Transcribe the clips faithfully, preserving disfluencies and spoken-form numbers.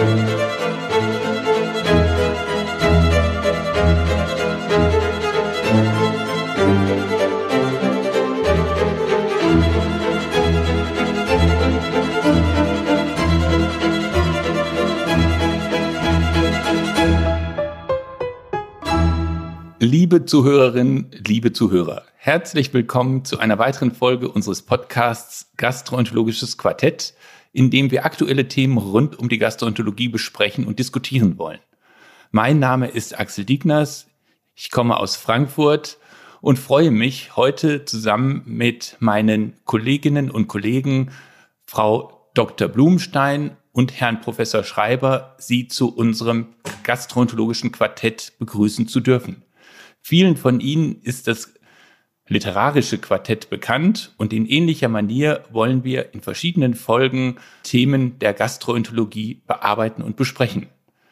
Liebe Zuhörerinnen, liebe Zuhörer, herzlich willkommen zu einer weiteren Folge unseres Podcasts Gastroenterologisches Quartett, in dem wir aktuelle Themen rund um die Gastroenterologie besprechen und diskutieren wollen. Mein Name ist Axel Diegners, ich komme aus Frankfurt und freue mich, heute zusammen mit meinen Kolleginnen und Kollegen, Frau Doktor Blumenstein und Herrn Professor Schreiber, Sie zu unserem gastroenterologischen Quartett begrüßen zu dürfen. Vielen von Ihnen ist das literarische Quartett bekannt und in ähnlicher Manier wollen wir in verschiedenen Folgen Themen der Gastroenterologie bearbeiten und besprechen.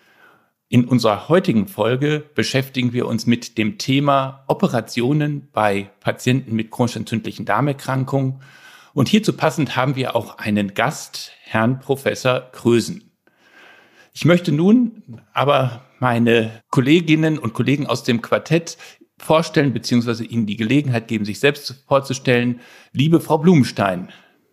In unserer heutigen Folge beschäftigen wir uns mit dem Thema Operationen bei Patienten mit chronisch entzündlichen Darmerkrankungen und hierzu passend haben wir auch einen Gast, Herrn Professor Krösen. Ich möchte nun aber meine Kolleginnen und Kollegen aus dem Quartett vorstellen, beziehungsweise ihnen die Gelegenheit geben, sich selbst vorzustellen. Liebe Frau Blumenstein.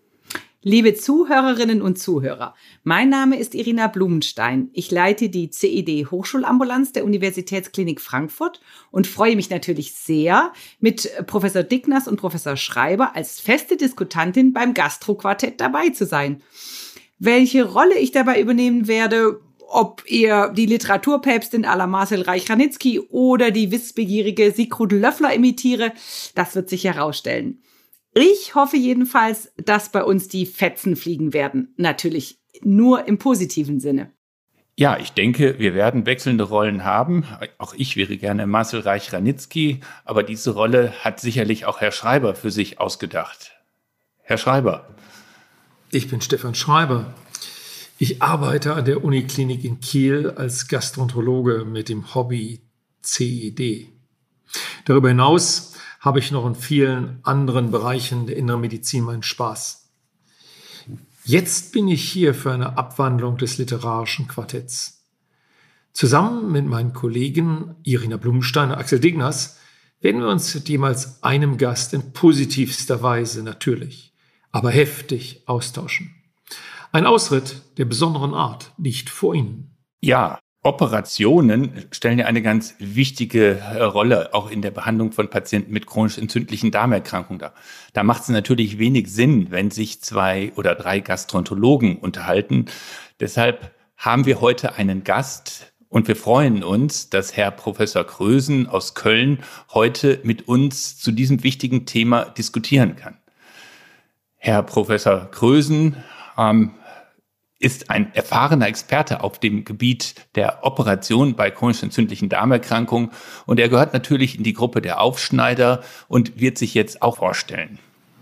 Liebe Zuhörerinnen und Zuhörer, mein Name ist Irina Blumenstein. Ich leite die C E D-Hochschulambulanz der Universitätsklinik Frankfurt und freue mich natürlich sehr, mit Professor Diegners und Professor Schreiber als feste Diskutantin beim Gastro-Quartett dabei zu sein. Welche Rolle ich dabei übernehmen werde, ob ihr die Literaturpäpstin à la Marcel Reich-Ranitzky oder die wissbegierige Sigrud Löffler imitiere, das wird sich herausstellen. Ich hoffe jedenfalls, dass bei uns die Fetzen fliegen werden. Natürlich nur im positiven Sinne. Ja, ich denke, wir werden wechselnde Rollen haben. Auch ich wäre gerne Marcel Reich-Ranitzky, aber diese Rolle hat sicherlich auch Herr Schreiber für sich ausgedacht. Herr Schreiber. Ich bin Stefan Schreiber. Ich arbeite an der Uniklinik in Kiel als Gastroenterologe mit dem Hobby C E D. Darüber hinaus habe ich noch in vielen anderen Bereichen der inneren Medizin meinen Spaß. Jetzt bin ich hier für eine Abwandlung des literarischen Quartetts. Zusammen mit meinen Kollegen Irina Blumenstein und Axel Diegners werden wir uns mit jeweils einem Gast in positivster Weise natürlich, aber heftig austauschen. Ein Ausritt der besonderen Art liegt vor Ihnen. Ja, Operationen stellen ja eine ganz wichtige Rolle, auch in der Behandlung von Patienten mit chronisch entzündlichen Darmerkrankungen dar. Da macht es natürlich wenig Sinn, wenn sich zwei oder drei Gastroenterologen unterhalten. Deshalb haben wir heute einen Gast und wir freuen uns, dass Herr Professor Krösen aus Köln heute mit uns zu diesem wichtigen Thema diskutieren kann. Herr Professor Krösen ähm, ist ein erfahrener Experte auf dem Gebiet der Operation bei chronisch entzündlichen Darmerkrankungen und er gehört natürlich in die Gruppe der Aufschneider und wird sich jetzt auch vorstellen.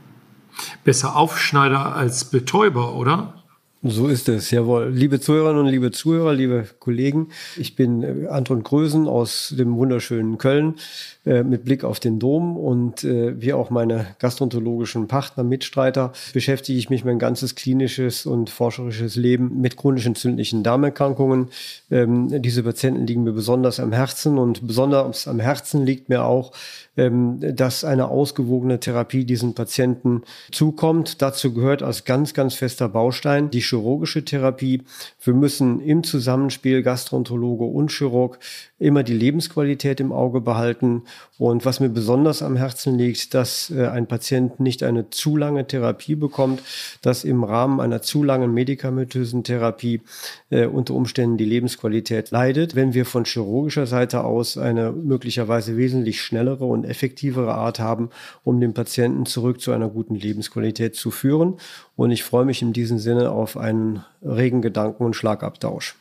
Besser Aufschneider als Betäuber, oder? So ist es, jawohl. Liebe Zuhörerinnen und liebe Zuhörer, liebe Kollegen, ich bin Anton Krösen aus dem wunderschönen Köln äh, mit Blick auf den Dom und äh, wie auch meine gastroenterologischen Partner, Mitstreiter, beschäftige ich mich mein ganzes klinisches und forscherisches Leben mit chronisch entzündlichen Darmerkrankungen. Ähm, diese Patienten liegen mir besonders am Herzen und besonders am Herzen liegt mir auch, ähm, dass eine ausgewogene Therapie diesen Patienten zukommt. Dazu gehört als ganz, ganz fester Baustein die chirurgische Therapie. Wir müssen im Zusammenspiel Gastroenterologe und Chirurg immer die Lebensqualität im Auge behalten. Und was mir besonders am Herzen liegt, dass äh, ein Patient nicht eine zu lange Therapie bekommt, dass im Rahmen einer zu langen medikamentösen Therapie äh, unter Umständen die Lebensqualität leidet. Wenn wir von chirurgischer Seite aus eine möglicherweise wesentlich schnellere und effektivere Art haben, um den Patienten zurück zu einer guten Lebensqualität zu führen. Und ich freue mich in diesem Sinne auf einen regen Gedanken- und Schlagabtausch.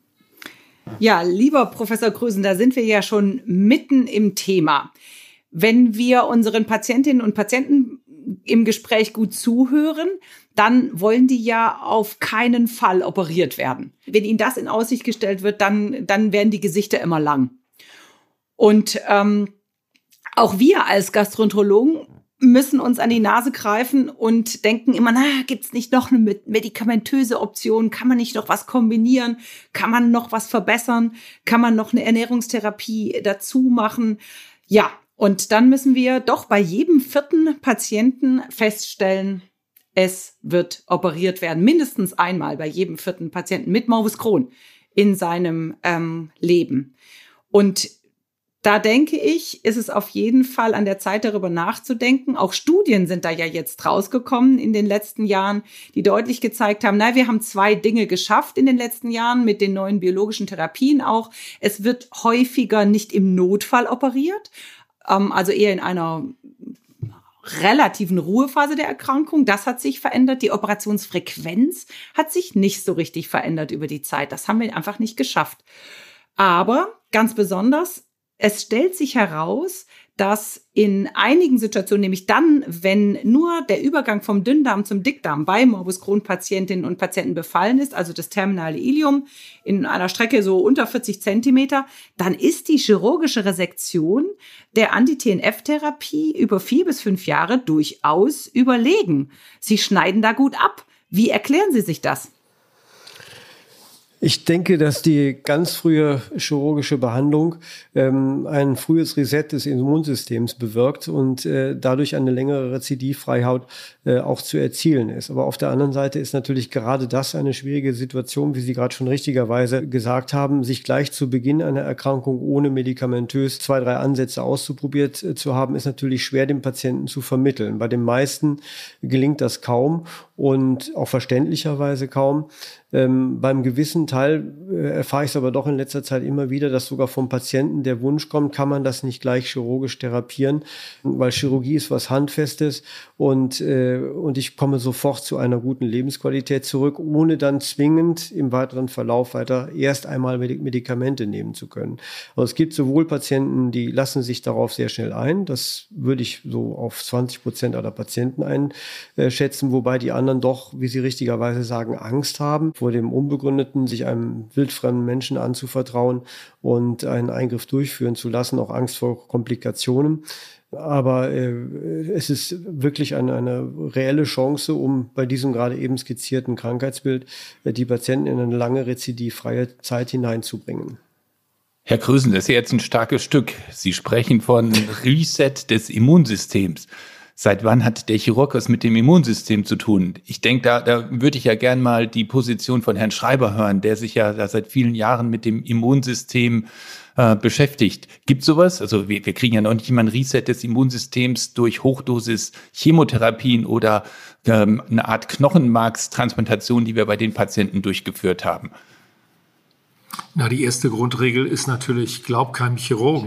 Ja, lieber Professor Krösen, da sind wir ja schon mitten im Thema. Wenn wir unseren Patientinnen und Patienten im Gespräch gut zuhören, dann wollen die ja auf keinen Fall operiert werden. Wenn ihnen das in Aussicht gestellt wird, dann, dann werden die Gesichter immer lang. Und ähm, auch wir als Gastroenterologen müssen uns an die Nase greifen und denken immer, na, gibt's nicht noch eine medikamentöse Option? Kann man nicht noch was kombinieren? Kann man noch was verbessern? Kann man noch eine Ernährungstherapie dazu machen? Ja, und dann müssen wir doch bei jedem vierten Patienten feststellen, es wird operiert werden. Mindestens einmal bei jedem vierten Patienten mit Morbus Crohn in seinem ähm, Leben. Und da denke ich, ist es auf jeden Fall an der Zeit, darüber nachzudenken. Auch Studien sind da ja jetzt rausgekommen in den letzten Jahren, die deutlich gezeigt haben, na, wir haben zwei Dinge geschafft in den letzten Jahren mit den neuen biologischen Therapien auch. Es wird häufiger nicht im Notfall operiert, ähm, also eher in einer relativen Ruhephase der Erkrankung. Das hat sich verändert. Die Operationsfrequenz hat sich nicht so richtig verändert über die Zeit. Das haben wir einfach nicht geschafft. Aber ganz besonders, es stellt sich heraus, dass in einigen Situationen, nämlich dann, wenn nur der Übergang vom Dünndarm zum Dickdarm bei Morbus Crohn-Patientinnen und Patienten befallen ist, also das terminale Ileum in einer Strecke so unter vierzig Zentimeter, dann ist die chirurgische Resektion der Anti-T N F-Therapie über vier bis fünf Jahre durchaus überlegen. Sie schneiden da gut ab. Wie erklären Sie sich das? Ich denke, dass die ganz frühe chirurgische Behandlung ähm, ein frühes Reset des Immunsystems bewirkt und äh, dadurch eine längere Rezidivfreiheit äh, auch zu erzielen ist. Aber auf der anderen Seite ist natürlich gerade das eine schwierige Situation, wie Sie gerade schon richtigerweise gesagt haben, sich gleich zu Beginn einer Erkrankung ohne medikamentös zwei, drei Ansätze auszuprobiert äh, zu haben, ist natürlich schwer dem Patienten zu vermitteln. Bei den meisten gelingt das kaum und auch verständlicherweise kaum. Ähm, beim gewissen Teil äh, erfahre ich es aber doch in letzter Zeit immer wieder, dass sogar vom Patienten der Wunsch kommt, kann man das nicht gleich chirurgisch therapieren, weil Chirurgie ist was Handfestes und, äh, und ich komme sofort zu einer guten Lebensqualität zurück, ohne dann zwingend im weiteren Verlauf weiter erst einmal Medikamente nehmen zu können. Also es gibt sowohl Patienten, die lassen sich darauf sehr schnell ein, das würde ich so auf zwanzig Prozent aller Patienten einschätzen, wobei die anderen doch, wie Sie richtigerweise sagen, Angst haben vor dem Unbegründeten, sich einem wildfremden Menschen anzuvertrauen und einen Eingriff durchführen zu lassen, auch Angst vor Komplikationen. Aber äh, es ist wirklich eine, eine reelle Chance, um bei diesem gerade eben skizzierten Krankheitsbild äh, die Patienten in eine lange rezidivfreie Zeit hineinzubringen. Herr Krösen, das ist ja jetzt ein starkes Stück. Sie sprechen von Reset des Immunsystems. Seit wann hat der Chirurg was mit dem Immunsystem zu tun? Ich denke, da, da würde ich ja gern mal die Position von Herrn Schreiber hören, der sich ja da seit vielen Jahren mit dem Immunsystem äh, beschäftigt. Gibt sowas? Also wir, wir kriegen ja noch nicht immer ein Reset des Immunsystems durch Hochdosis Chemotherapien oder ähm, eine Art Knochenmarkstransplantation, die wir bei den Patienten durchgeführt haben. Na, die erste Grundregel ist natürlich, glaub keinem Chirurgen.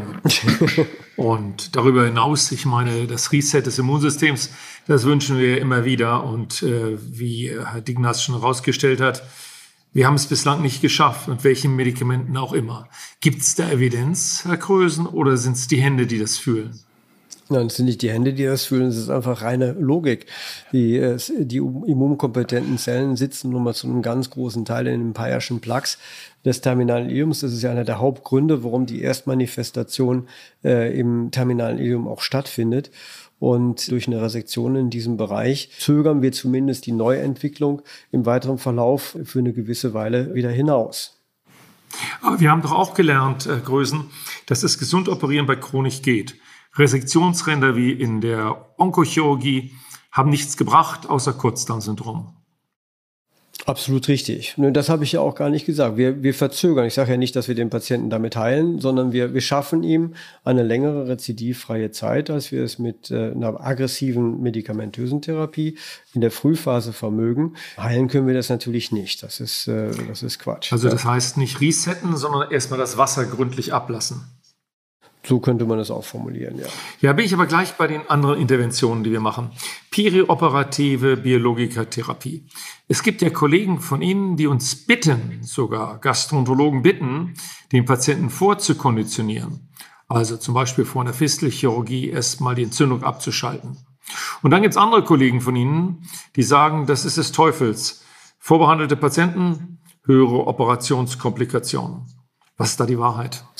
Und darüber hinaus, ich meine, das Reset des Immunsystems, das wünschen wir immer wieder. Und äh, wie Herr Dignas schon herausgestellt hat, wir haben es bislang nicht geschafft, mit welchen Medikamenten auch immer. Gibt es da Evidenz, Herr Krösen, oder sind es die Hände, die das fühlen? Nein, es sind nicht die Hände, die das fühlen, es ist einfach reine Logik. Die, die immunkompetenten Zellen sitzen nun mal zu einem ganz großen Teil in dem Peyer'schen Plaques des terminalen Ileums. Das ist ja einer der Hauptgründe, warum die Erstmanifestation äh, im terminalen Ileum auch stattfindet. Und durch eine Resektion in diesem Bereich zögern wir zumindest die Neuentwicklung im weiteren Verlauf für eine gewisse Weile wieder hinaus. Aber wir haben doch auch gelernt, Herr Krösen, dass das gesund operieren bei Crohn nicht geht. Resektionsränder wie in der Onkochirurgie haben nichts gebracht, außer Kurzdarmsyndrom. Absolut richtig. Das habe ich ja auch gar nicht gesagt. Wir, wir verzögern. Ich sage ja nicht, dass wir den Patienten damit heilen, sondern wir, wir schaffen ihm eine längere rezidivfreie Zeit, als wir es mit äh, einer aggressiven medikamentösen Therapie in der Frühphase vermögen. Heilen können wir das natürlich nicht. Das ist, äh, das ist Quatsch. Also das heißt nicht resetten, sondern erstmal das Wasser gründlich ablassen. So könnte man es auch formulieren, ja. Ja, bin ich aber gleich bei den anderen Interventionen, die wir machen. Perioperative Biologikatherapie. Es gibt ja Kollegen von Ihnen, die uns bitten, sogar Gastroenterologen bitten, den Patienten vorzukonditionieren. Also zum Beispiel vor einer Fistelchirurgie erstmal die Entzündung abzuschalten. Und dann gibt es andere Kollegen von Ihnen, die sagen, das ist des Teufels. Vorbehandelte Patienten, höhere Operationskomplikationen. Was ist da die Wahrheit?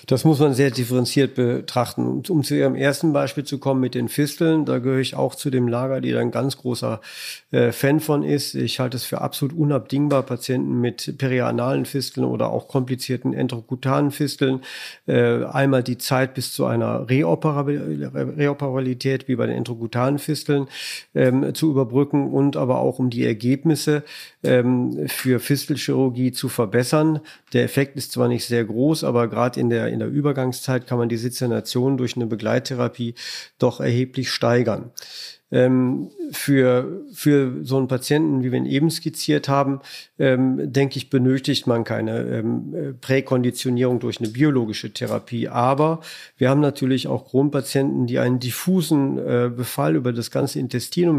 Das muss man sehr differenziert betrachten. Und um zu Ihrem ersten Beispiel zu kommen mit den Fisteln, da gehöre ich auch zu dem Lager, die da ein ganz großer äh, Fan von ist. Ich halte es für absolut unabdingbar, Patienten mit perianalen Fisteln oder auch komplizierten enterokutanen Fisteln äh, einmal die Zeit bis zu einer Reoperabil- Reoperabilität wie bei den enterokutanen Fisteln ähm, zu überbrücken und aber auch um die Ergebnisse ähm, für Fistelchirurgie zu verbessern. Der Effekt ist zwar nicht sehr groß, aber gerade in der, in der Übergangszeit kann man die Sezernation durch eine Begleittherapie doch erheblich steigern. Ähm, für, für so einen Patienten, wie wir ihn eben skizziert haben, ähm, denke ich, benötigt man keine ähm, Präkonditionierung durch eine biologische Therapie. Aber wir haben natürlich auch Crohn-Patienten, die einen diffusen äh, Befall über das ganze Intestinum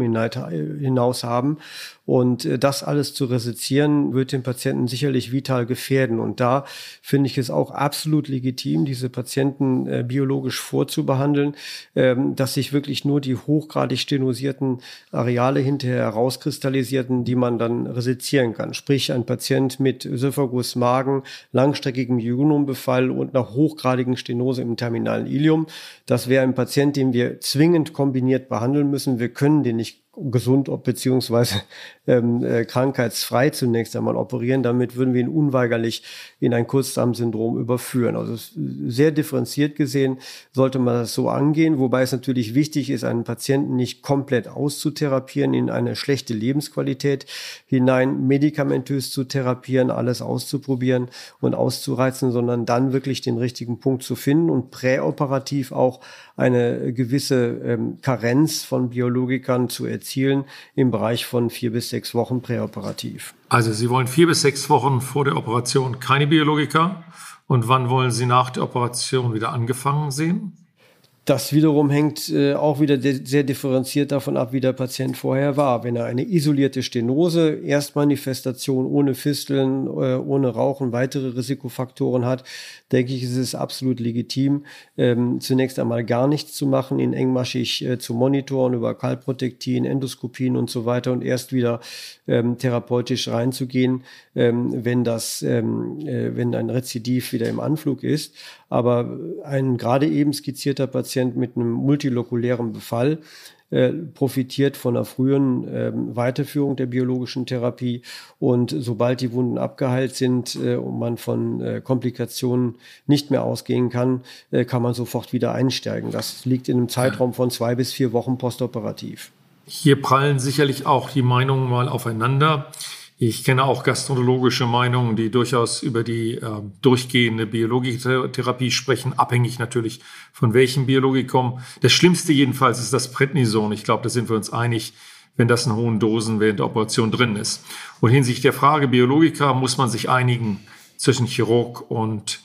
hinaus haben. Und äh, das alles zu resezieren, wird den Patienten sicherlich vital gefährden. Und da finde ich es auch absolut legitim, diese Patienten äh, biologisch vorzubehandeln, ähm, dass sich wirklich nur die hochgradig stenosierten Areale hinterher herauskristallisierten, die man dann resezieren kann. Sprich, ein Patient mit Ösophagus, Magen, langstreckigem Jejunum-Befall und einer hochgradigen Stenose im terminalen Ileum. Das wäre ein Patient, den wir zwingend kombiniert behandeln müssen. Wir können den nicht gesund beziehungsweise ähm, äh, krankheitsfrei zunächst einmal operieren. Damit würden wir ihn unweigerlich in ein Kurzdarmsyndrom überführen. Also sehr differenziert gesehen sollte man das so angehen, wobei es natürlich wichtig ist, einen Patienten nicht komplett auszutherapieren, in eine schlechte Lebensqualität hinein medikamentös zu therapieren, alles auszuprobieren und auszureizen, sondern dann wirklich den richtigen Punkt zu finden und präoperativ auch eine gewisse ähm, Karenz von Biologikern zu erzielen im Bereich von vier bis sechs Wochen präoperativ. Also Sie wollen vier bis sechs Wochen vor der Operation keine Biologika. Und wann wollen Sie nach der Operation wieder angefangen sehen? Das wiederum hängt äh, auch wieder de- sehr differenziert davon ab, wie der Patient vorher war. Wenn er eine isolierte Stenose, Erstmanifestation ohne Fisteln, äh, ohne Rauchen, weitere Risikofaktoren hat, denke ich, ist es absolut legitim, ähm, zunächst einmal gar nichts zu machen, ihn engmaschig äh, zu monitoren über Kalprotektin, Endoskopien und so weiter und erst wieder ähm, therapeutisch reinzugehen, ähm, wenn das, ähm, äh, wenn ein Rezidiv wieder im Anflug ist. Aber ein gerade eben skizzierter Patient mit einem multilokulären Befall äh, profitiert von einer frühen äh, Weiterführung der biologischen Therapie. Und sobald die Wunden abgeheilt sind äh, und man von äh, Komplikationen nicht mehr ausgehen kann, äh, kann man sofort wieder einsteigen. Das liegt in einem Zeitraum von zwei bis vier Wochen postoperativ. Hier prallen sicherlich auch die Meinungen mal aufeinander. Ich kenne auch gastroenterologische Meinungen, die durchaus über die äh, durchgehende Biologiktherapie sprechen, abhängig natürlich von welchem Biologikum. Das Schlimmste jedenfalls ist das Prednison. Ich glaube, da sind wir uns einig, wenn das in hohen Dosen während der Operation drin ist. Und hinsichtlich der Frage Biologika muss man sich einigen zwischen Chirurg und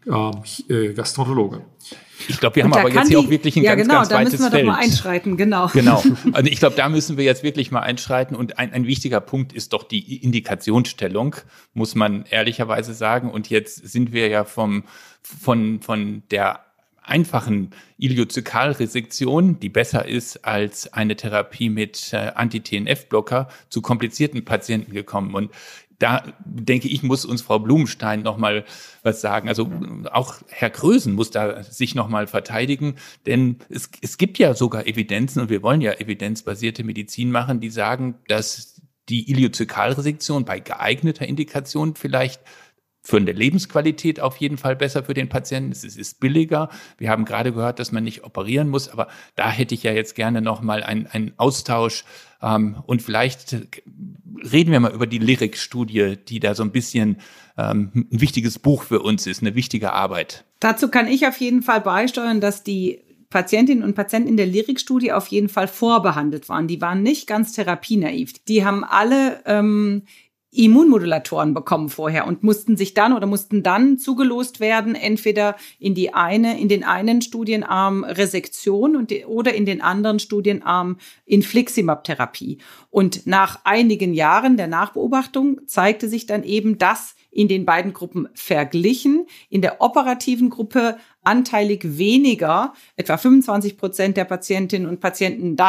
äh, Gastroenterologe. Ich glaube, wir haben aber jetzt hier auch wirklich ein ja, ganz, genau, ganz weites Feld. Ja, genau, da müssen wir doch mal einschreiten, genau. Genau. Also ich glaube, da müssen wir jetzt wirklich mal einschreiten. Und ein, ein wichtiger Punkt ist doch die Indikationsstellung, muss man ehrlicherweise sagen. Und jetzt sind wir ja vom, von, von der einfachen Iliozykalresektion, die besser ist als eine Therapie mit äh, Anti-T N F-Blocker, zu komplizierten Patienten gekommen. Und da denke ich, muss uns Frau Blumenstein noch mal was sagen. Also auch Herr Krösen muss da sich noch mal verteidigen, denn es, es gibt ja sogar Evidenzen und wir wollen ja evidenzbasierte Medizin machen, die sagen, dass die Iliozykalresektion bei geeigneter Indikation vielleicht für eine Lebensqualität auf jeden Fall besser für den Patienten. Es ist billiger. Wir haben gerade gehört, dass man nicht operieren muss, aber da hätte ich ja jetzt gerne noch mal einen, einen Austausch. Ähm, und vielleicht reden wir mal über die Lyrik-Studie, die da so ein bisschen ähm, ein wichtiges Buch für uns ist, eine wichtige Arbeit. Dazu kann ich auf jeden Fall beisteuern, dass die Patientinnen und Patienten in der Lyrik-Studie auf jeden Fall vorbehandelt waren. Die waren nicht ganz therapienaiv. Die haben alle ähm, Immunmodulatoren bekommen vorher und mussten sich dann oder mussten dann zugelost werden, entweder in die eine, in den einen Studienarm Resektion und die, oder in den anderen Studienarm Infliximab-Therapie. Und nach einigen Jahren der Nachbeobachtung zeigte sich dann eben, dass in den beiden Gruppen verglichen, in der operativen Gruppe anteilig weniger, etwa fünfundzwanzig Prozent der Patientinnen und Patienten dann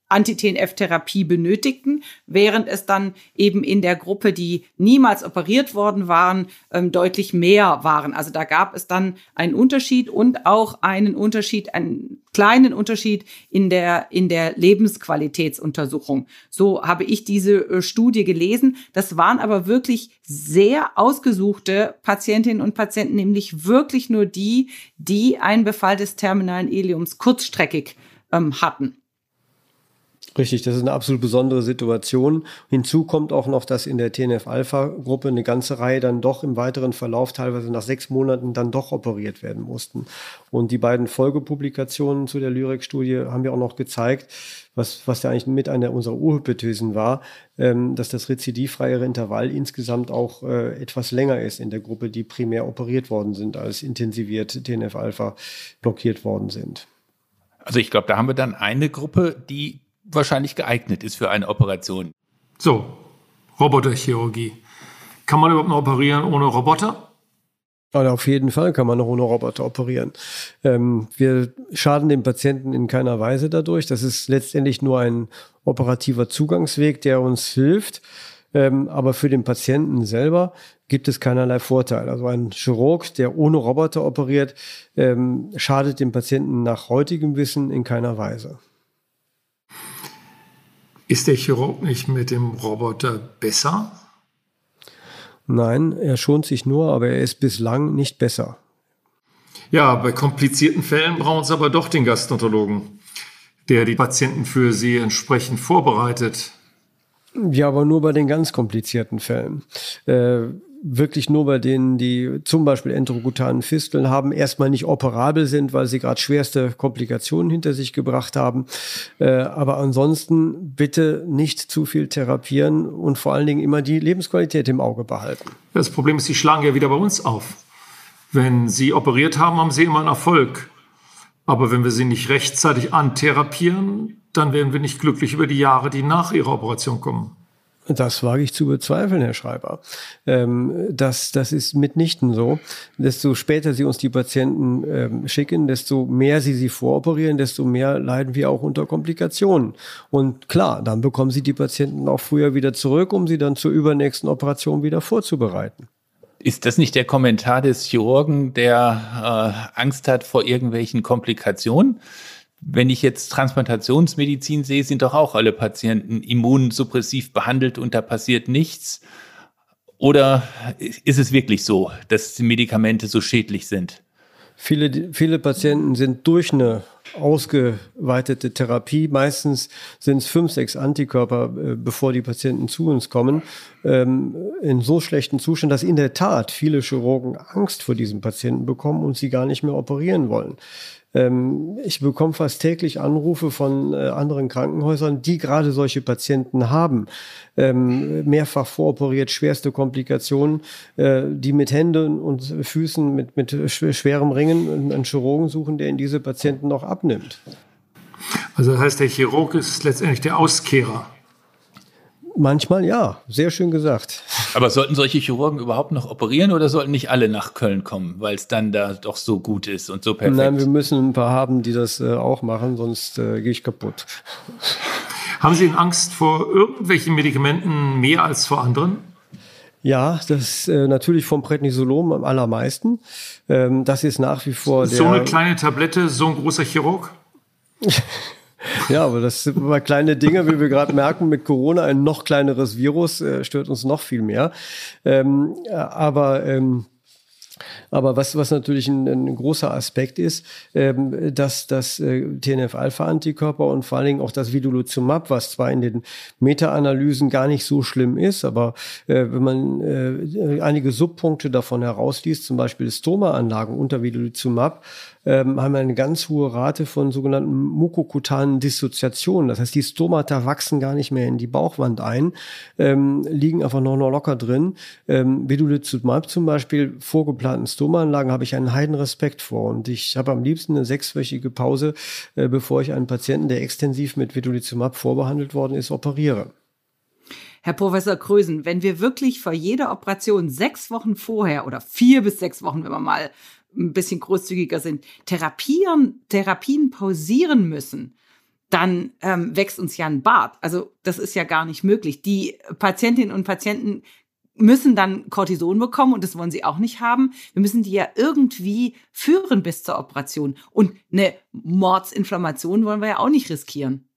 Anti-T N F-Therapie benötigten, während es dann eben in der Gruppe, die niemals operiert worden waren, ähm, deutlich mehr waren. Also da gab es dann einen Unterschied und auch einen Unterschied, einen kleinen Unterschied in der, in der Lebensqualitätsuntersuchung. So habe ich diese äh, Studie gelesen. Das waren aber wirklich sehr ausgesuchte Patientinnen und Patienten, nämlich wirklich nur die, die einen Befall des terminalen Ileums kurzstreckig ähm, hatten. Richtig, das ist eine absolut besondere Situation. Hinzu kommt auch noch, dass in der T N F-Alpha-Gruppe eine ganze Reihe dann doch im weiteren Verlauf, teilweise nach sechs Monaten, dann doch operiert werden mussten. Und die beiden Folgepublikationen zu der Lyrex-Studie haben ja auch noch gezeigt, was, was ja eigentlich mit einer unserer Urhypothesen war, ähm, dass das rezidivfreie Intervall insgesamt auch äh, etwas länger ist in der Gruppe, die primär operiert worden sind, als intensiviert T N F-Alpha blockiert worden sind. Also ich glaube, da haben wir dann eine Gruppe, die wahrscheinlich geeignet ist für eine Operation. So, Roboterchirurgie. Kann man überhaupt noch operieren ohne Roboter? Also auf jeden Fall kann man noch ohne Roboter operieren. Ähm, wir schaden dem Patienten in keiner Weise dadurch. Das ist letztendlich nur ein operativer Zugangsweg, der uns hilft. Ähm, aber für den Patienten selber gibt es keinerlei Vorteil. Also ein Chirurg, der ohne Roboter operiert, ähm, schadet dem Patienten nach heutigem Wissen in keiner Weise. Ist der Chirurg nicht mit dem Roboter besser? Nein, er schont sich nur, aber er ist bislang nicht besser. Ja, bei komplizierten Fällen brauchen Sie aber doch den Gastroenterologen, der die Patienten für Sie entsprechend vorbereitet. Ja, aber nur bei den ganz komplizierten Fällen. Äh, wirklich nur bei denen, die zum Beispiel enterokutanen Fisteln haben, erstmal nicht operabel sind, weil sie gerade schwerste Komplikationen hinter sich gebracht haben. Äh, aber ansonsten bitte nicht zu viel therapieren und vor allen Dingen immer die Lebensqualität im Auge behalten. Das Problem ist, Sie schlagen ja wieder bei uns auf. Wenn Sie operiert haben, haben Sie immer einen Erfolg. Aber wenn wir Sie nicht rechtzeitig antherapieren, dann werden wir nicht glücklich über die Jahre, die nach Ihrer Operation kommen. Das wage ich zu bezweifeln, Herr Schreiber. Ähm, das, das ist mitnichten so. Desto später Sie uns die Patienten ähm, schicken, desto mehr Sie sie voroperieren, desto mehr leiden wir auch unter Komplikationen. Und klar, dann bekommen Sie die Patienten auch früher wieder zurück, um sie dann zur übernächsten Operation wieder vorzubereiten. Ist das nicht der Kommentar des Chirurgen, der äh, Angst hat vor irgendwelchen Komplikationen? Wenn ich jetzt Transplantationsmedizin sehe, sind doch auch alle Patienten immunsuppressiv behandelt und da passiert nichts. Oder ist es wirklich so, dass die Medikamente so schädlich sind? Viele, viele Patienten sind durch eine ausgeweitete Therapie, meistens sind es fünf, sechs Antikörper, bevor die Patienten zu uns kommen, in so schlechten Zustand, dass in der Tat viele Chirurgen Angst vor diesen Patienten bekommen und sie gar nicht mehr operieren wollen. Ich bekomme fast täglich Anrufe von anderen Krankenhäusern, die gerade solche Patienten haben. Mehrfach voroperiert, schwerste Komplikationen, die mit Händen und Füßen, mit, mit schwerem Ringen einen Chirurgen suchen, der in diese Patienten noch abnimmt. Also das heißt, der Chirurg ist letztendlich der Auskehrer. Manchmal ja, sehr schön gesagt. Aber sollten solche Chirurgen überhaupt noch operieren oder sollten nicht alle nach Köln kommen, weil es dann da doch so gut ist und so perfekt? Nein, wir müssen ein paar haben, die das äh, auch machen, sonst äh, gehe ich kaputt. Haben Sie denn Angst vor irgendwelchen Medikamenten mehr als vor anderen? Ja, das äh, natürlich vom Prednisolon am allermeisten. Ähm, das ist nach wie vor der... So eine kleine Tablette, so ein großer Chirurg? Ja, aber das sind mal kleine Dinge, wie wir gerade merken, mit Corona ein noch kleineres Virus äh, stört uns noch viel mehr. Ähm, aber ähm, aber was was natürlich ein, ein großer Aspekt ist, ähm, dass das äh, T N F-Alpha-Antikörper und vor allen Dingen auch das Vidulizumab, was zwar in den Meta-Analysen gar nicht so schlimm ist, aber äh, wenn man äh, einige Subpunkte davon herausliest, zum Beispiel Stoma-Anlagen unter Vidulizumab, ähm, haben wir eine ganz hohe Rate von sogenannten mukokutanen Dissoziationen. Das heißt, die Stomata wachsen gar nicht mehr in die Bauchwand ein, ähm, liegen einfach noch, noch locker drin. Ähm, Vidulizumab zum Beispiel, vorgeplanten Stoma-Anlagen, habe ich einen Heidenrespekt vor. Und ich habe am liebsten eine sechswöchige Pause, äh, bevor ich einen Patienten, der extensiv mit Vidulizumab vorbehandelt worden ist, operiere. Herr Professor Krösen, wenn wir wirklich vor jeder Operation sechs Wochen vorher oder vier bis sechs Wochen, wenn wir mal ein bisschen großzügiger sind, therapieren, Therapien pausieren müssen, dann ähm, wächst uns ja ein Bart. Also das ist ja gar nicht möglich. Die Patientinnen und Patienten müssen dann Cortison bekommen und das wollen sie auch nicht haben. Wir müssen die ja irgendwie führen bis zur Operation. Und eine Mordsinflammation wollen wir ja auch nicht riskieren.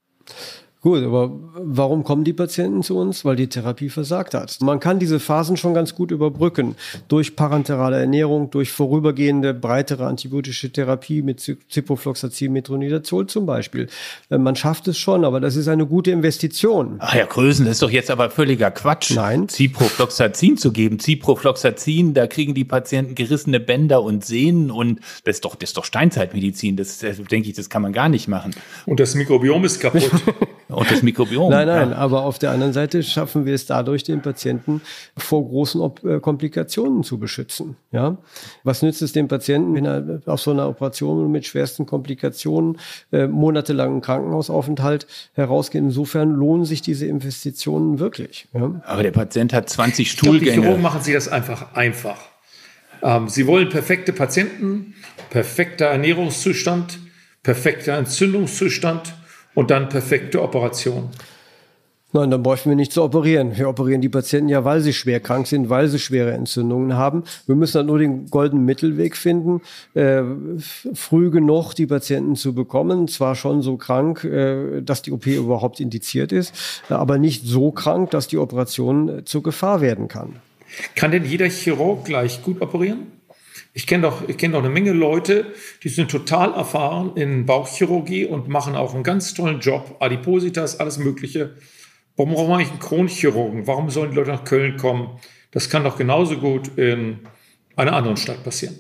Gut, aber warum kommen die Patienten zu uns? Weil die Therapie versagt hat. Man kann diese Phasen schon ganz gut überbrücken. Durch parenterale Ernährung, durch vorübergehende, breitere antibiotische Therapie mit Ciprofloxacin, Metronidazol zum Beispiel. Man schafft es schon, aber das ist eine gute Investition. Ach, Herr Krösen, das ist doch jetzt aber völliger Quatsch. Nein. Ciprofloxacin zu geben. Ciprofloxacin, da kriegen die Patienten gerissene Bänder und Sehnen und das ist doch, das ist doch Steinzeitmedizin. Das, das denke ich, das kann man gar nicht machen. Und das Mikrobiom ist kaputt. Und das Mikrobiom. Nein, nein, ja. aber auf der anderen Seite schaffen wir es dadurch, den Patienten vor großen Op- äh, Komplikationen zu beschützen. Ja? Was nützt es dem Patienten, wenn er auf so einer Operation mit schwersten Komplikationen äh, monatelangen Krankenhausaufenthalt herausgeht? Insofern lohnen sich diese Investitionen wirklich. Ja? Aber der Patient hat zwanzig Ich glaube, die Stuhlgänge. Chirurgen machen sich das einfach einfach. Ähm, sie wollen perfekte Patienten, perfekter Ernährungszustand, perfekter Entzündungszustand und dann perfekte Operation. Nein, dann bräuchten wir nicht zu operieren. Wir operieren die Patienten ja, weil sie schwer krank sind, weil sie schwere Entzündungen haben. Wir müssen dann nur den goldenen Mittelweg finden, äh, früh genug die Patienten zu bekommen. Zwar schon so krank, äh, dass die O P überhaupt indiziert ist, aber nicht so krank, dass die Operation äh, zur Gefahr werden kann. Kann denn jeder Chirurg gleich gut operieren? Ich kenne doch, ich kenne doch eine Menge Leute, die sind total erfahren in Bauchchirurgie und machen auch einen ganz tollen Job. Adipositas, alles Mögliche. Warum brauchen wir eigentlich einen Kronchirurgen? Warum sollen die Leute nach Köln kommen? Das kann doch genauso gut in einer anderen Stadt passieren.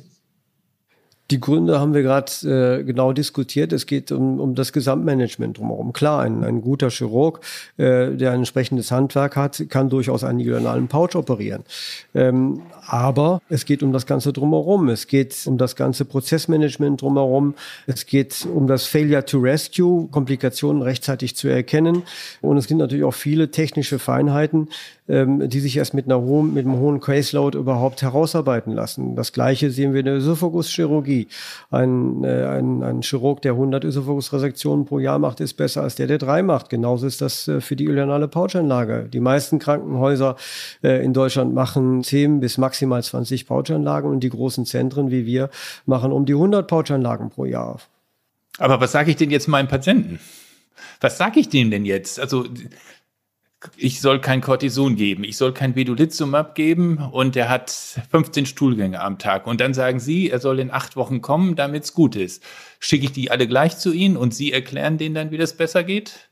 Die Gründe haben wir gerade äh, genau diskutiert. Es geht um, um das Gesamtmanagement drumherum. Klar, ein, ein guter Chirurg, äh, der ein entsprechendes Handwerk hat, kann durchaus einen iliolalen Pouch operieren. Ähm, aber es geht um das Ganze drumherum. Es geht um das ganze Prozessmanagement drumherum. Es geht um das Failure to Rescue, Komplikationen rechtzeitig zu erkennen. Und es gibt natürlich auch viele technische Feinheiten, ähm, die sich erst mit einer hohen, mit einem hohen Caseload überhaupt herausarbeiten lassen. Das Gleiche sehen wir in der Ösophaguschirurgie. Ein, äh, ein, ein Chirurg, der hundert Ösophagusresektionen pro Jahr macht, ist besser als der, der drei macht. Genauso ist das äh, für die iliolale Pouchanlage. Die meisten Krankenhäuser äh, in Deutschland machen zehn bis maximal zwanzig Pouchanlagen und die großen Zentren wie wir machen um die hundert Pouchanlagen pro Jahr. Aber was sage ich denn jetzt meinem Patienten? Was sage ich dem denn jetzt? Also ich soll kein Cortison geben, ich soll kein Vedolizumab geben und er hat fünfzehn Stuhlgänge am Tag. Und dann sagen Sie, er soll in acht Wochen kommen, damit es gut ist. Schicke ich die alle gleich zu Ihnen und Sie erklären denen dann, wie das besser geht?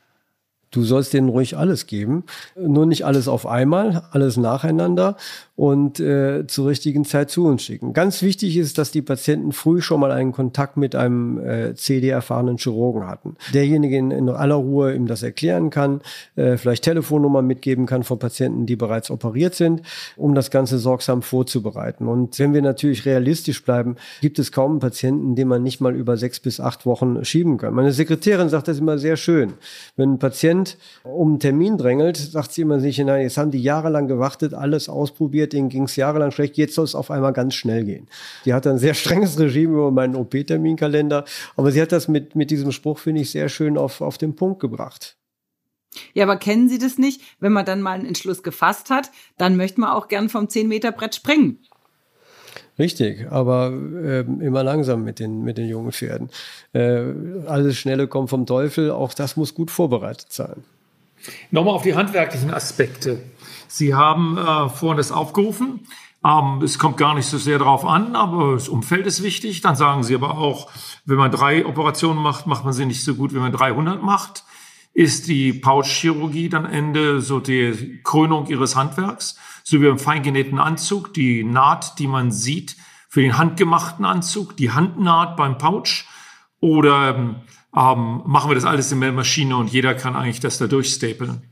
Du sollst denen ruhig alles geben, nur nicht alles auf einmal, alles nacheinander und äh, zur richtigen Zeit zu uns schicken. Ganz wichtig ist, dass die Patienten früh schon mal einen Kontakt mit einem äh, C D-erfahrenen Chirurgen hatten. Derjenige in, in aller Ruhe ihm das erklären kann, äh, vielleicht Telefonnummern mitgeben kann von Patienten, die bereits operiert sind, um das Ganze sorgsam vorzubereiten. Und wenn wir natürlich realistisch bleiben, gibt es kaum einen Patienten, den man nicht mal über sechs bis acht Wochen schieben kann. Meine Sekretärin sagt das immer sehr schön. Wenn ein Patient um einen Termin drängelt, sagt sie immer sich hinein, jetzt haben die jahrelang gewartet, alles ausprobiert, denen ging es jahrelang schlecht, jetzt soll es auf einmal ganz schnell gehen. Die hat ein sehr strenges Regime über meinen O P-Terminkalender, aber sie hat das mit, mit diesem Spruch, finde ich, sehr schön auf, auf den Punkt gebracht. Ja, aber kennen Sie das nicht? Wenn man dann mal einen Entschluss gefasst hat, dann möchte man auch gern vom zehn Meter Brett springen. Richtig, aber äh, immer langsam mit den, mit den jungen Pferden. Äh, alles Schnelle kommt vom Teufel, auch das muss gut vorbereitet sein. Nochmal auf die handwerklichen Aspekte. Sie haben äh, vorhin das aufgerufen. Ähm, es kommt gar nicht so sehr darauf an, aber das Umfeld ist wichtig. Dann sagen Sie aber auch, wenn man drei Operationen macht, macht man sie nicht so gut, wie man dreihundert macht. Ist die Pouchchirurgie dann Ende so die Krönung Ihres Handwerks? So wie im feingenähten Anzug, die Naht, die man sieht für den handgemachten Anzug, die Handnaht beim Pouch? Oder ähm, machen wir das alles in der Maschine und jeder kann eigentlich das da durchstapeln?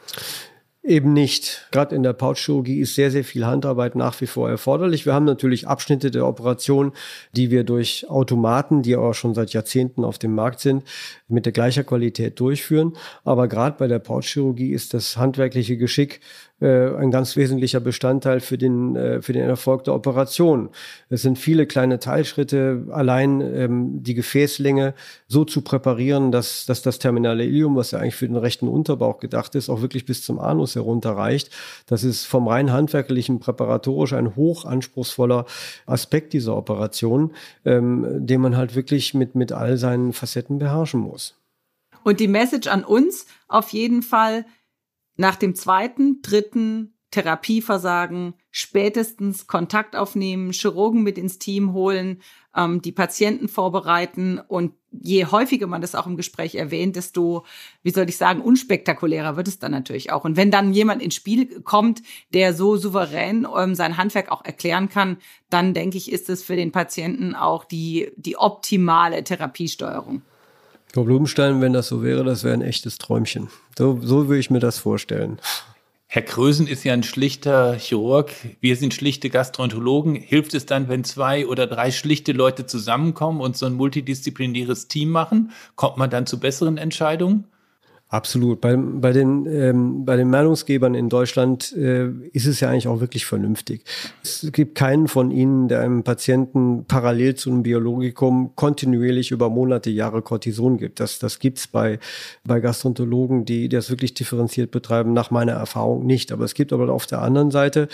Eben nicht. Gerade in der Pouchchirurgie ist sehr, sehr viel Handarbeit nach wie vor erforderlich. Wir haben natürlich Abschnitte der Operation, die wir durch Automaten, die auch schon seit Jahrzehnten auf dem Markt sind, mit der gleicher Qualität durchführen. Aber gerade bei der Pouchchirurgie ist das handwerkliche Geschick äh, ein ganz wesentlicher Bestandteil für den, äh, für den Erfolg der Operation. Es sind viele kleine Teilschritte, allein ähm, die Gefäßlänge so zu präparieren, dass, dass das terminale Ilium, was ja eigentlich für den rechten Unterbauch gedacht ist, auch wirklich bis zum Anus herunterreicht. Das ist vom rein handwerklichen präparatorisch ein hoch anspruchsvoller Aspekt dieser Operation, ähm, den man halt wirklich mit, mit all seinen Facetten beherrschen muss. Und die Message an uns auf jeden Fall: nach dem zweiten, dritten Therapieversagen spätestens Kontakt aufnehmen, Chirurgen mit ins Team holen, ähm, die Patienten vorbereiten, und je häufiger man das auch im Gespräch erwähnt, desto, wie soll ich sagen, unspektakulärer wird es dann natürlich auch. Und wenn dann jemand ins Spiel kommt, der so souverän ähm, sein Handwerk auch erklären kann, dann denke ich, ist es für den Patienten auch die, die optimale Therapiesteuerung. Frau Blumenstein, wenn das so wäre, das wäre ein echtes Träumchen. So, so würde ich mir das vorstellen. Herr Krösen ist ja ein schlichter Chirurg. Wir sind schlichte Gastroenterologen. Hilft es dann, wenn zwei oder drei schlichte Leute zusammenkommen und so ein multidisziplinäres Team machen? Kommt man dann zu besseren Entscheidungen? Absolut. Bei, bei, den, ähm, bei den Meinungsgebern in Deutschland äh, ist es ja eigentlich auch wirklich vernünftig. Es gibt keinen von ihnen, der einem Patienten parallel zu einem Biologikum kontinuierlich über Monate, Jahre Cortison gibt. Das, das gibt's bei, bei Gastroenterologen, die das wirklich differenziert betreiben, nach meiner Erfahrung nicht. Aber es gibt aber auf der anderen Seite,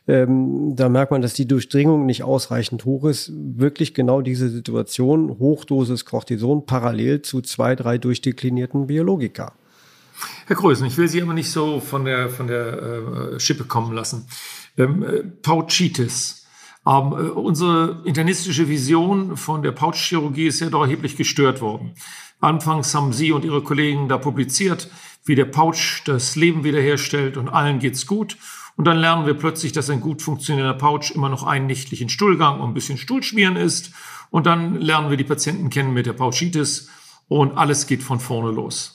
ähm, da merkt man, dass die Durchdringung nicht ausreichend hoch ist, wirklich genau diese Situation, Hochdosis Cortison parallel zu zwei, drei durchdeklinierten Biologika. Herr Krösen, ich will Sie aber nicht so von der, von der äh, Schippe kommen lassen. Ähm, äh, Pouchitis. Ähm, äh, unsere internistische Vision von der Pouchchirurgie ist ja doch erheblich gestört worden. Anfangs haben Sie und Ihre Kollegen da publiziert, wie der Pouch das Leben wiederherstellt und allen geht's gut. Und dann lernen wir plötzlich, dass ein gut funktionierender Pouch immer noch einen nächtlichen Stuhlgang und ein bisschen Stuhlschmieren ist. Und dann lernen wir die Patienten kennen mit der Pouchitis und alles geht von vorne los.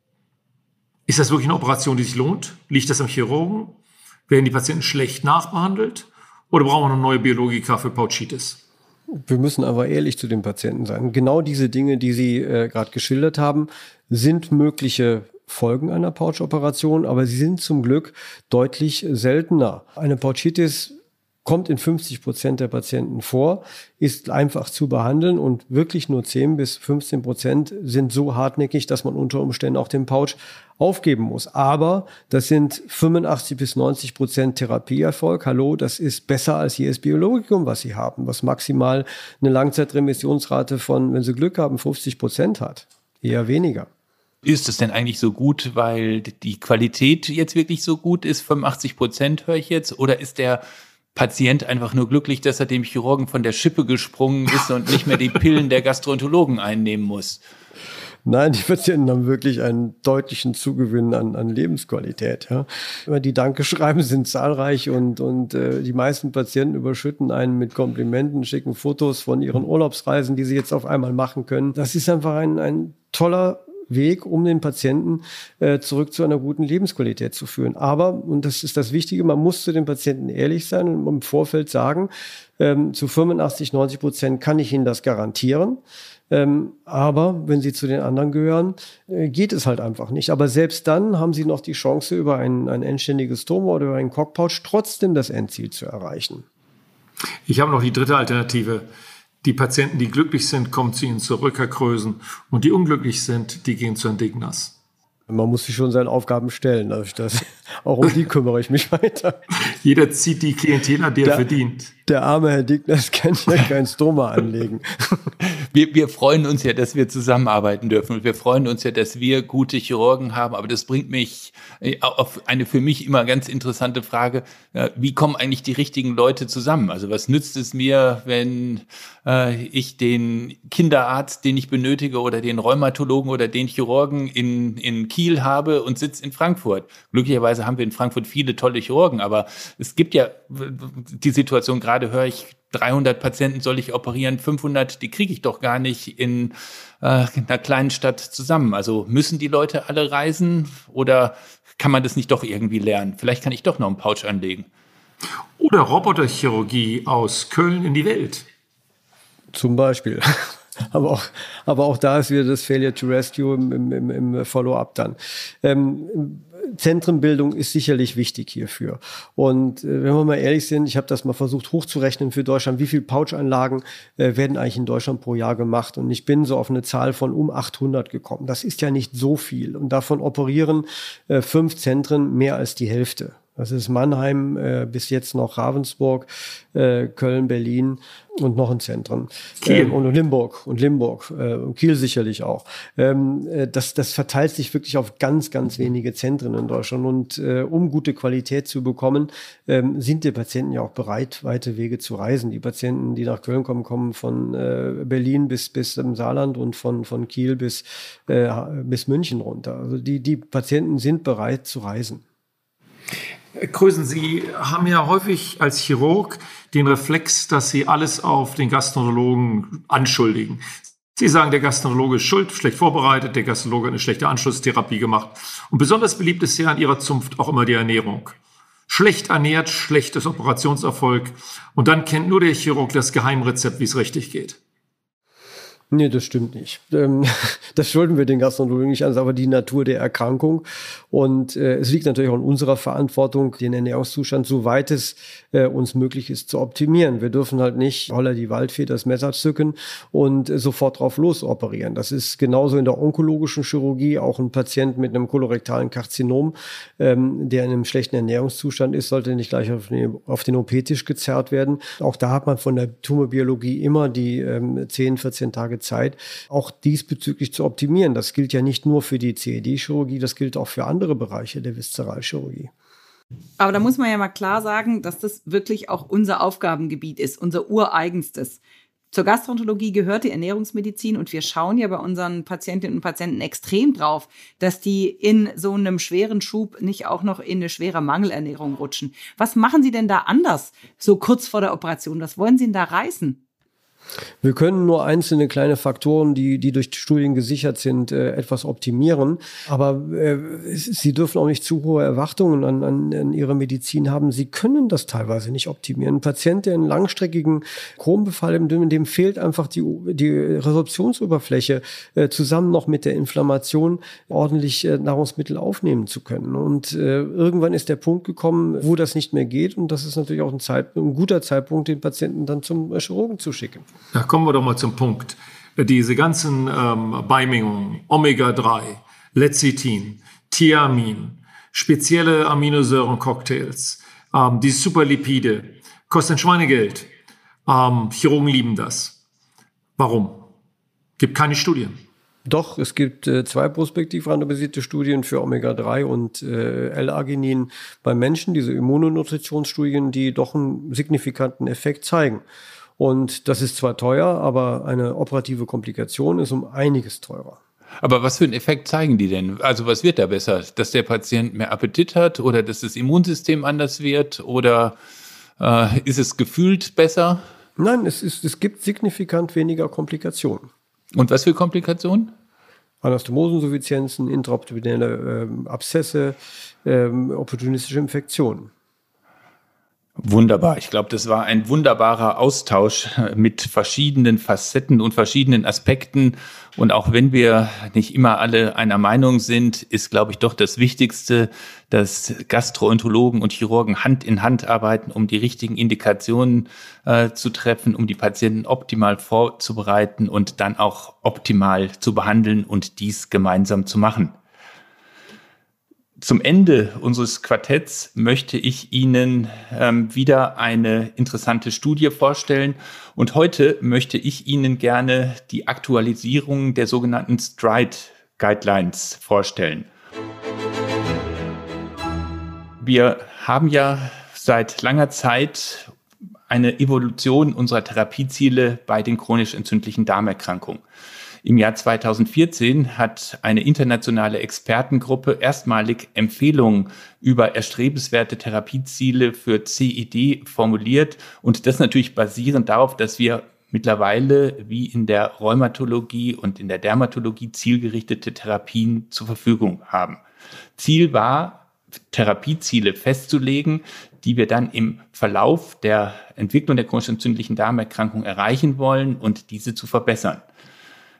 Ist das wirklich eine Operation, die sich lohnt? Liegt das am Chirurgen? Werden die Patienten schlecht nachbehandelt? Oder brauchen wir eine neue Biologika für Pouchitis? Wir müssen aber ehrlich zu den Patienten sein. Genau diese Dinge, die Sie äh, gerade geschildert haben, sind mögliche Folgen einer Pouch-Operation, aber sie sind zum Glück deutlich seltener. Eine Pouchitis kommt in fünfzig Prozent der Patienten vor, ist einfach zu behandeln und wirklich nur zehn bis fünfzehn Prozent sind so hartnäckig, dass man unter Umständen auch den Pouch aufgeben muss. Aber das sind fünfundachtzig bis neunzig Prozent Therapieerfolg. Hallo, das ist besser als jedes Biologikum, was Sie haben, was maximal eine Langzeitremissionsrate von, wenn Sie Glück haben, fünfzig Prozent hat. Eher weniger. Ist es denn eigentlich so gut, weil die Qualität jetzt wirklich so gut ist, fünfundachtzig Prozent höre ich jetzt, oder ist der Patient einfach nur glücklich, dass er dem Chirurgen von der Schippe gesprungen ist und nicht mehr die Pillen der Gastroenterologen einnehmen muss? Nein, die Patienten haben wirklich einen deutlichen Zugewinn an, an Lebensqualität. Ja. Die Dankeschreiben sind zahlreich und, und äh, die meisten Patienten überschütten einen mit Komplimenten, schicken Fotos von ihren Urlaubsreisen, die sie jetzt auf einmal machen können. Das ist einfach ein, ein toller Weg, um den Patienten äh, zurück zu einer guten Lebensqualität zu führen. Aber, und das ist das Wichtige, man muss zu den Patienten ehrlich sein und im Vorfeld sagen, ähm, zu fünfundachtzig, neunzig Prozent kann ich Ihnen das garantieren. Ähm, aber wenn Sie zu den anderen gehören, äh, geht es halt einfach nicht. Aber selbst dann haben Sie noch die Chance, über ein, ein endständiges Stoma oder über einen Cockpouch trotzdem das Endziel zu erreichen. Ich habe noch die dritte Alternative. Die Patienten, die glücklich sind, kommen zu Ihnen zurück, Herr Krösen. Und die unglücklich sind, die gehen zu Herrn Dignas. Man muss sich schon seinen Aufgaben stellen. Also das, auch um die kümmere ich mich weiter. Jeder zieht die Klientel an, die er verdient. Der arme Herr Dignas kann ja kein Stoma anlegen. Wir, wir freuen uns ja, dass wir zusammenarbeiten dürfen. Und wir freuen uns ja, dass wir gute Chirurgen haben. Aber das bringt mich auf eine für mich immer ganz interessante Frage. Wie kommen eigentlich die richtigen Leute zusammen? Also was nützt es mir, wenn äh, ich den Kinderarzt, den ich benötige, oder den Rheumatologen oder den Chirurgen in, in Kiel habe und sitze in Frankfurt? Glücklicherweise haben wir in Frankfurt viele tolle Chirurgen. Aber es gibt ja die Situation, gerade höre ich, dreihundert Patienten soll ich operieren, fünfhundert, die kriege ich doch gar nicht in, äh, in einer kleinen Stadt zusammen. Also müssen die Leute alle reisen oder kann man das nicht doch irgendwie lernen? Vielleicht kann ich doch noch einen Pouch anlegen. Oder Roboterchirurgie aus Köln in die Welt. Zum Beispiel. Aber auch, aber auch da ist wieder das Failure to Rescue im, im, im Follow-up dann. Ähm, Zentrenbildung ist sicherlich wichtig hierfür. Und äh, wenn wir mal ehrlich sind, ich habe das mal versucht hochzurechnen für Deutschland, wie viele Pouchanlagen äh, werden eigentlich in Deutschland pro Jahr gemacht? Und ich bin so auf eine Zahl von um achthundert gekommen. Das ist ja nicht so viel. Und davon operieren äh, fünf Zentren mehr als die Hälfte. Das ist Mannheim, äh, bis jetzt noch Ravensburg, äh, Köln, Berlin und noch ein Zentrum. Kiel. Ähm, und Limburg und Limburg äh, und Kiel sicherlich auch. Ähm, äh, das, das verteilt sich wirklich auf ganz, ganz wenige Zentren in Deutschland. Und äh, um gute Qualität zu bekommen, ähm, sind die Patienten ja auch bereit, weite Wege zu reisen. Die Patienten, die nach Köln kommen, kommen von äh, Berlin bis bis im Saarland und von von Kiel bis äh, bis München runter. Also die die Patienten sind bereit zu reisen. Herr Krösen, Sie haben ja häufig als Chirurg den Reflex, dass Sie alles auf den Gastroenterologen anschuldigen. Sie sagen, der Gastroenterologe ist schuld, schlecht vorbereitet, der Gastroenterologe hat eine schlechte Anschlusstherapie gemacht. Und besonders beliebt ist ja an Ihrer Zunft auch immer die Ernährung. Schlecht ernährt, schlechtes Operationserfolg. Und dann kennt nur der Chirurg das Geheimrezept, wie es richtig geht. Nee, das stimmt nicht. Das schulden wir den Gastroenterologen nicht an, das ist aber die Natur der Erkrankung. Und äh, es liegt natürlich auch in unserer Verantwortung, den Ernährungszustand, soweit es äh, uns möglich ist, zu optimieren. Wir dürfen halt nicht holla die Waldfee das Messer zücken und äh, sofort drauf losoperieren. Das ist genauso in der onkologischen Chirurgie. Auch ein Patient mit einem kolorektalen Karzinom, ähm, der in einem schlechten Ernährungszustand ist, sollte nicht gleich auf den, auf den O P-Tisch gezerrt werden. Auch da hat man von der Tumorbiologie immer die ähm, zehn, vierzehn Tage Zeit, auch diesbezüglich zu optimieren. Das gilt ja nicht nur für die C E D-Chirurgie, das gilt auch für andere Bereiche der Viszeralchirurgie. Aber da muss man ja mal klar sagen, dass das wirklich auch unser Aufgabengebiet ist, unser ureigenstes. Zur Gastroenterologie gehört die Ernährungsmedizin und wir schauen ja bei unseren Patientinnen und Patienten extrem drauf, dass die in so einem schweren Schub nicht auch noch in eine schwere Mangelernährung rutschen. Was machen Sie denn da anders, so kurz vor der Operation? Was wollen Sie denn da reißen? Wir können nur einzelne kleine Faktoren, die, die durch Studien gesichert sind, äh, etwas optimieren. Aber äh, Sie dürfen auch nicht zu hohe Erwartungen an, an, an Ihre Medizin haben. Sie können das teilweise nicht optimieren. Ein Patient, der einen langstreckigen Crohnbefall hat, dem fehlt einfach die, die Resorptionsoberfläche, äh, zusammen noch mit der Inflammation ordentlich äh, Nahrungsmittel aufnehmen zu können. Und äh, irgendwann ist der Punkt gekommen, wo das nicht mehr geht. Und das ist natürlich auch ein, Zeit, ein guter Zeitpunkt, den Patienten dann zum Chirurgen zu schicken. Da kommen wir doch mal zum Punkt. Diese ganzen ähm, Beimingungen, Omega drei, Lecithin, Thiamin, spezielle Aminosäuren-Cocktails, ähm, die Superlipide, kosten Schweinegeld. Ähm, Chirurgen lieben das. Warum? Gibt keine Studien. Doch, es gibt äh, zwei prospektiv randomisierte Studien für Omega drei und äh, L-Arginin bei Menschen, diese Immunonutritionsstudien, die doch einen signifikanten Effekt zeigen. Und das ist zwar teuer, aber eine operative Komplikation ist um einiges teurer. Aber was für einen Effekt zeigen die denn? Also was wird da besser? Dass der Patient mehr Appetit hat oder dass das Immunsystem anders wird oder äh, ist es gefühlt besser? Nein, es, ist, es gibt signifikant weniger Komplikationen. Und was für Komplikationen? Anastomosensuffizienzen, intraabdominelle ähm, Abszesse, ähm, opportunistische Infektionen. Wunderbar. Ich glaube, das war ein wunderbarer Austausch mit verschiedenen Facetten und verschiedenen Aspekten. Und auch wenn wir nicht immer alle einer Meinung sind, ist, glaube ich, doch das Wichtigste, dass Gastroenterologen und Chirurgen Hand in Hand arbeiten, um die richtigen Indikationen äh, zu treffen, um die Patienten optimal vorzubereiten und dann auch optimal zu behandeln und dies gemeinsam zu machen. Zum Ende unseres Quartetts möchte ich Ihnen ähm, wieder eine interessante Studie vorstellen. Und heute möchte ich Ihnen gerne die Aktualisierung der sogenannten STRIDE Guidelines vorstellen. Wir haben ja seit langer Zeit eine Evolution unserer Therapieziele bei den chronisch entzündlichen Darmerkrankungen. Im Jahr zweitausendvierzehn hat eine internationale Expertengruppe erstmalig Empfehlungen über erstrebenswerte Therapieziele für C E D formuliert und das natürlich basierend darauf, dass wir mittlerweile wie in der Rheumatologie und in der Dermatologie zielgerichtete Therapien zur Verfügung haben. Ziel war, Therapieziele festzulegen, die wir dann im Verlauf der Entwicklung der chronisch entzündlichen Darmerkrankung erreichen wollen und diese zu verbessern.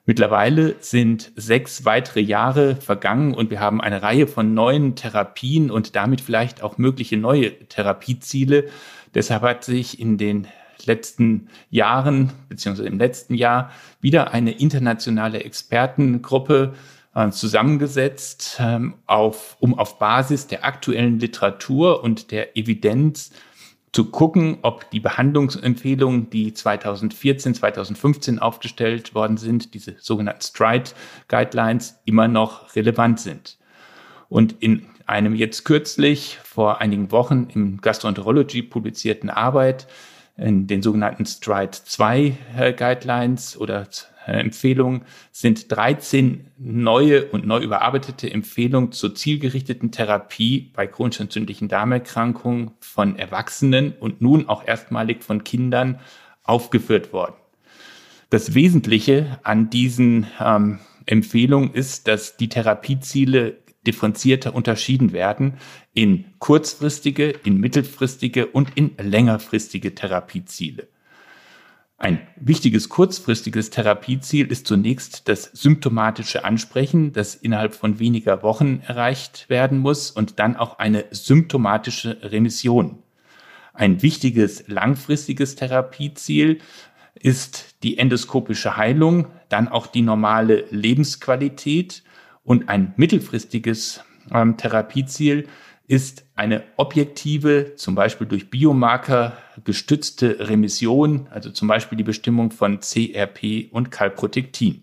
Mittlerweile sind sechs weitere Jahre vergangen und wir haben eine Reihe von neuen Therapien und damit vielleicht auch mögliche neue Therapieziele. Deshalb hat sich in den letzten Jahren beziehungsweise im letzten Jahr wieder eine internationale Expertengruppe äh, zusammengesetzt, ähm, auf, um auf Basis der aktuellen Literatur und der Evidenz zu gucken, ob die Behandlungsempfehlungen, die zweitausendvierzehn, zweitausendfünfzehn aufgestellt worden sind, diese sogenannten STRIDE Guidelines, immer noch relevant sind. Und in einem jetzt kürzlich vor einigen Wochen im Gastroenterology publizierten Arbeit, in den sogenannten STRIDE zwei Guidelines oder Empfehlungen, sind dreizehn neue und neu überarbeitete Empfehlungen zur zielgerichteten Therapie bei chronisch entzündlichen Darmerkrankungen von Erwachsenen und nun auch erstmalig von Kindern aufgeführt worden. Das Wesentliche an diesen ähm, Empfehlungen ist, dass die Therapieziele differenzierter unterschieden werden in kurzfristige, in mittelfristige und in längerfristige Therapieziele. Ein wichtiges kurzfristiges Therapieziel ist zunächst das symptomatische Ansprechen, das innerhalb von weniger Wochen erreicht werden muss und dann auch eine symptomatische Remission. Ein wichtiges langfristiges Therapieziel ist die endoskopische Heilung, dann auch die normale Lebensqualität. Und ein mittelfristiges ähm, Therapieziel ist eine objektive, zum Beispiel durch Biomarker gestützte Remission, also zum Beispiel die Bestimmung von C R P und Calprotectin.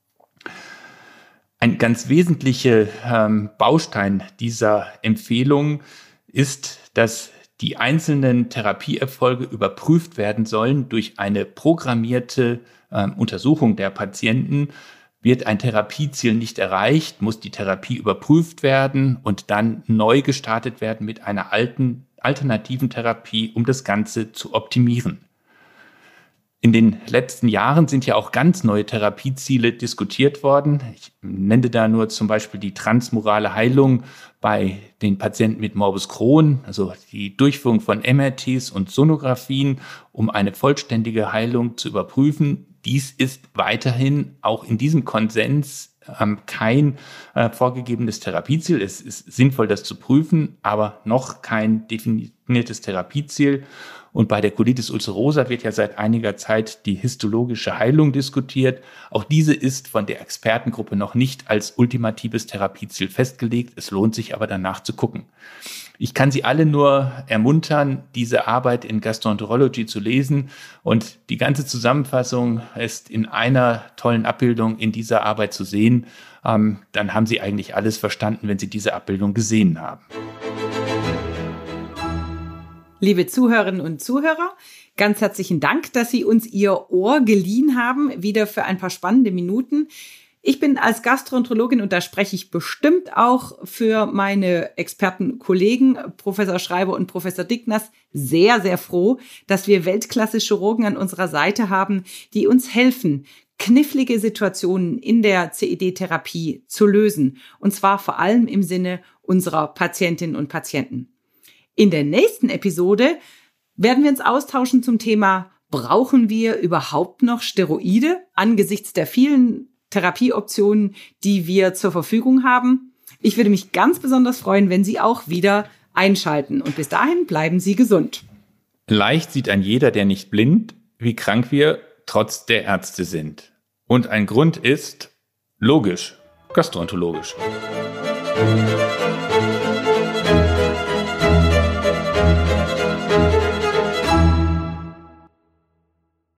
Ein ganz wesentlicher ähm, Baustein dieser Empfehlung ist, dass die einzelnen Therapieerfolge überprüft werden sollen durch eine programmierte ähm, Untersuchung der Patienten. Wird ein Therapieziel nicht erreicht, muss die Therapie überprüft werden und dann neu gestartet werden mit einer alten, alternativen Therapie, um das Ganze zu optimieren. In den letzten Jahren sind ja auch ganz neue Therapieziele diskutiert worden. Ich nenne da nur zum Beispiel die transmurale Heilung bei den Patienten mit Morbus Crohn, also die Durchführung von M R Ts und Sonographien, um eine vollständige Heilung zu überprüfen. Dies ist weiterhin auch in diesem Konsens ähm, kein äh, vorgegebenes Therapieziel. Es ist sinnvoll, das zu prüfen, aber noch kein definiertes Therapieziel. Und bei der Colitis ulcerosa wird ja seit einiger Zeit die histologische Heilung diskutiert. Auch diese ist von der Expertengruppe noch nicht als ultimatives Therapieziel festgelegt. Es lohnt sich aber danach zu gucken. Ich kann Sie alle nur ermuntern, diese Arbeit in Gastroenterology zu lesen. Und die ganze Zusammenfassung ist in einer tollen Abbildung in dieser Arbeit zu sehen. Ähm, dann haben Sie eigentlich alles verstanden, wenn Sie diese Abbildung gesehen haben. Liebe Zuhörerinnen und Zuhörer, ganz herzlichen Dank, dass Sie uns Ihr Ohr geliehen haben, wieder für ein paar spannende Minuten. Ich bin als Gastroenterologin, und da spreche ich bestimmt auch für meine Expertenkollegen, Professor Schreiber und Professor Dickners, sehr, sehr froh, dass wir Weltklasse-Chirurgen an unserer Seite haben, die uns helfen, knifflige Situationen in der C E D-Therapie zu lösen. Und zwar vor allem im Sinne unserer Patientinnen und Patienten. In der nächsten Episode werden wir uns austauschen zum Thema, brauchen wir überhaupt noch Steroide angesichts der vielen Therapieoptionen, die wir zur Verfügung haben? Ich würde mich ganz besonders freuen, wenn Sie auch wieder einschalten. Und bis dahin bleiben Sie gesund. Leicht sieht ein jeder, der nicht blind, wie krank wir trotz der Ärzte sind. Und ein Grund ist logisch, gastroenterologisch.